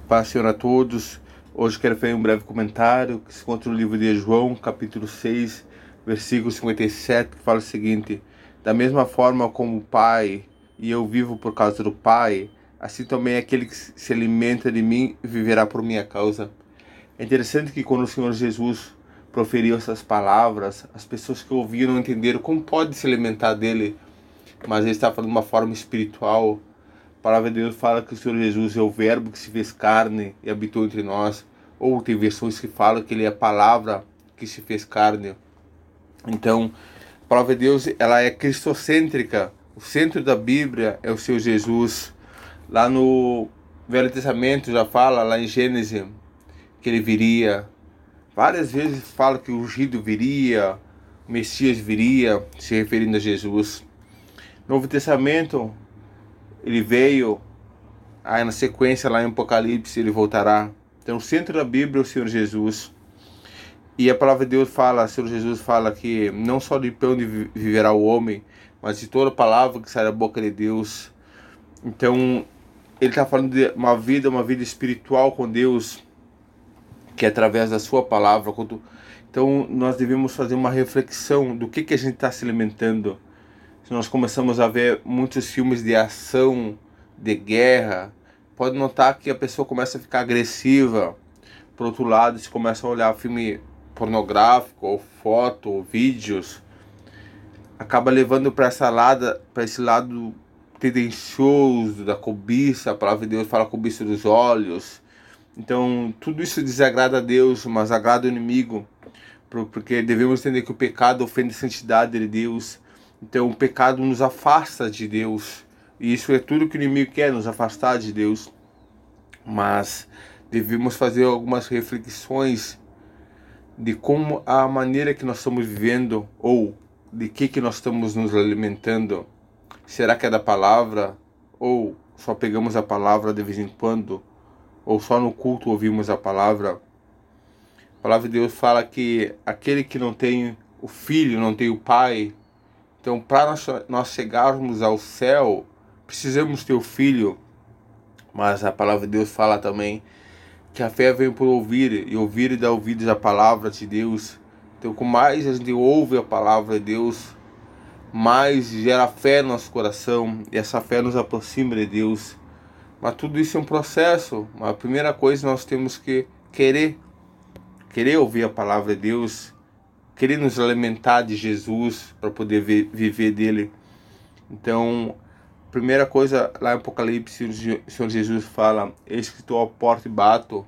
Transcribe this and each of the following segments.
Paz, Senhor, a todos. Hoje quero fazer um breve comentário que se encontra no livro de João, capítulo 6, versículo 57, que fala o seguinte: da mesma forma como o Pai e eu vivo por causa do Pai, assim também aquele que se alimenta de mim viverá por minha causa. É interessante que quando o Senhor Jesus proferiu essas palavras, as pessoas que ouviram não entenderam como pode se alimentar dele, mas ele está falando de uma forma espiritual. A palavra de Deus fala que o Senhor Jesus é o verbo que se fez carne e habitou entre nós. Ou tem versões que falam que ele é a palavra que se fez carne. Então, a palavra de Deus, ela é cristocêntrica. O centro da Bíblia é o Senhor Jesus. Lá no Velho Testamento já fala, lá em Gênesis, que ele viria. Várias vezes fala que o ungido viria, o Messias viria, se referindo a Jesus. No Novo Testamento, ele veio, aí na sequência lá em Apocalipse ele voltará. Então o centro da Bíblia é o Senhor Jesus. E a palavra de Deus fala, o Senhor Jesus fala que não só de pão viverá o homem, mas de toda palavra que sai da boca de Deus. Então ele está falando de uma vida espiritual com Deus, que é através da sua palavra. Então nós devemos fazer uma reflexão do que a gente está se alimentando. Se nós começamos a ver muitos filmes de ação, de guerra, pode notar que a pessoa começa a ficar agressiva. Por outro lado, se começa a olhar filme pornográfico, ou foto, ou vídeos, acaba levando para esse lado tendencioso da cobiça. A palavra de Deus fala cobiça dos olhos. Então, tudo isso desagrada a Deus, mas agrada o inimigo, porque devemos entender que o pecado ofende a santidade de Deus. Então o pecado nos afasta de Deus, e isso é tudo que o inimigo quer, nos afastar de Deus. Mas devemos fazer algumas reflexões de como a maneira que nós estamos vivendo, ou de que nós estamos nos alimentando. Será que é da palavra, ou só pegamos a palavra de vez em quando, ou só no culto ouvimos a palavra? A palavra de Deus fala que aquele que não tem o filho, não tem o pai. Então, para nós chegarmos ao céu, precisamos ter o Filho. Mas a palavra de Deus fala também que a fé vem por ouvir, e ouvir e dar ouvidos à palavra de Deus. Então, com mais a gente ouve a palavra de Deus, mais gera fé no nosso coração, e essa fé nos aproxima de Deus. Mas tudo isso é um processo. A primeira coisa, nós temos que querer ouvir a palavra de Deus, querer nos alimentar de Jesus para poder viver dele. Então, primeira coisa, lá em Apocalipse, o Senhor Jesus fala: eis que estou à porta e bato.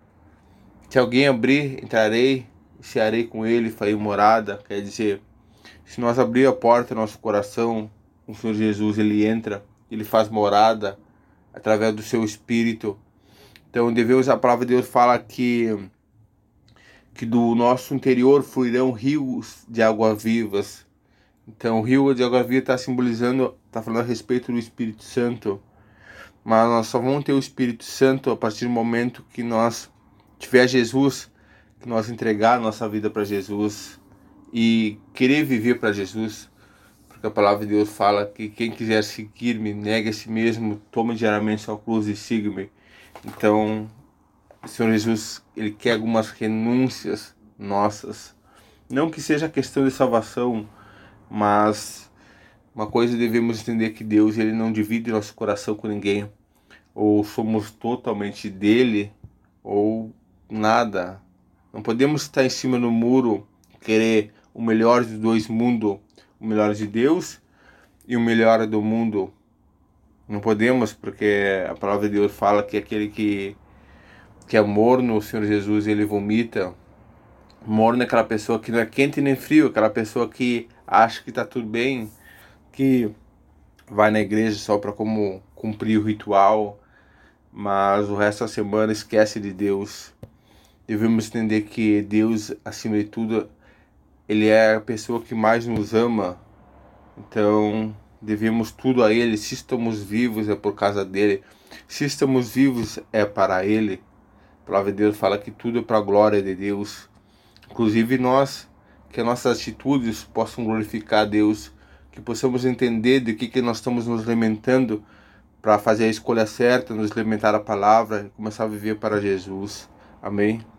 Se alguém abrir, entrarei, e cearei com ele, farei morada. Quer dizer, se nós abrir a porta do nosso coração, o Senhor Jesus, ele entra, ele faz morada através do seu Espírito. Então, a palavra de Deus fala que do nosso interior fluirão rios de águas vivas. Então, o rio de água viva está simbolizando, está falando a respeito do Espírito Santo. Mas nós só vamos ter o Espírito Santo a partir do momento que nós tiver Jesus, que nós entregar a nossa vida para Jesus e querer viver para Jesus. Porque a palavra de Deus fala que quem quiser seguir-me, negue a si mesmo, tome diariamente sua cruz e siga-me. Então, o Senhor Jesus, ele quer algumas renúncias nossas. Não que seja questão de salvação, mas uma coisa devemos entender, que Deus, ele não divide nosso coração com ninguém. Ou somos totalmente dele, ou nada. Não podemos estar em cima do muro, querer o melhor dos dois mundos, o melhor de Deus e o melhor do mundo. Não podemos, porque a palavra de Deus fala que aquele que é morno, o Senhor Jesus, ele vomita. Morno é aquela pessoa que não é quente nem frio, aquela pessoa que acha que está tudo bem, que vai na igreja só para como cumprir o ritual, mas o resto da semana esquece de Deus. Devemos entender que Deus, acima de tudo, ele é a pessoa que mais nos ama. Então devemos tudo a ele. Se estamos vivos é por causa dele, se estamos vivos é para ele. A palavra de Deus fala que tudo é para a glória de Deus. Inclusive nós, que as nossas atitudes possam glorificar a Deus, que possamos entender de que nós estamos nos alimentando, para fazer a escolha certa, nos alimentar a palavra e começar a viver para Jesus. Amém?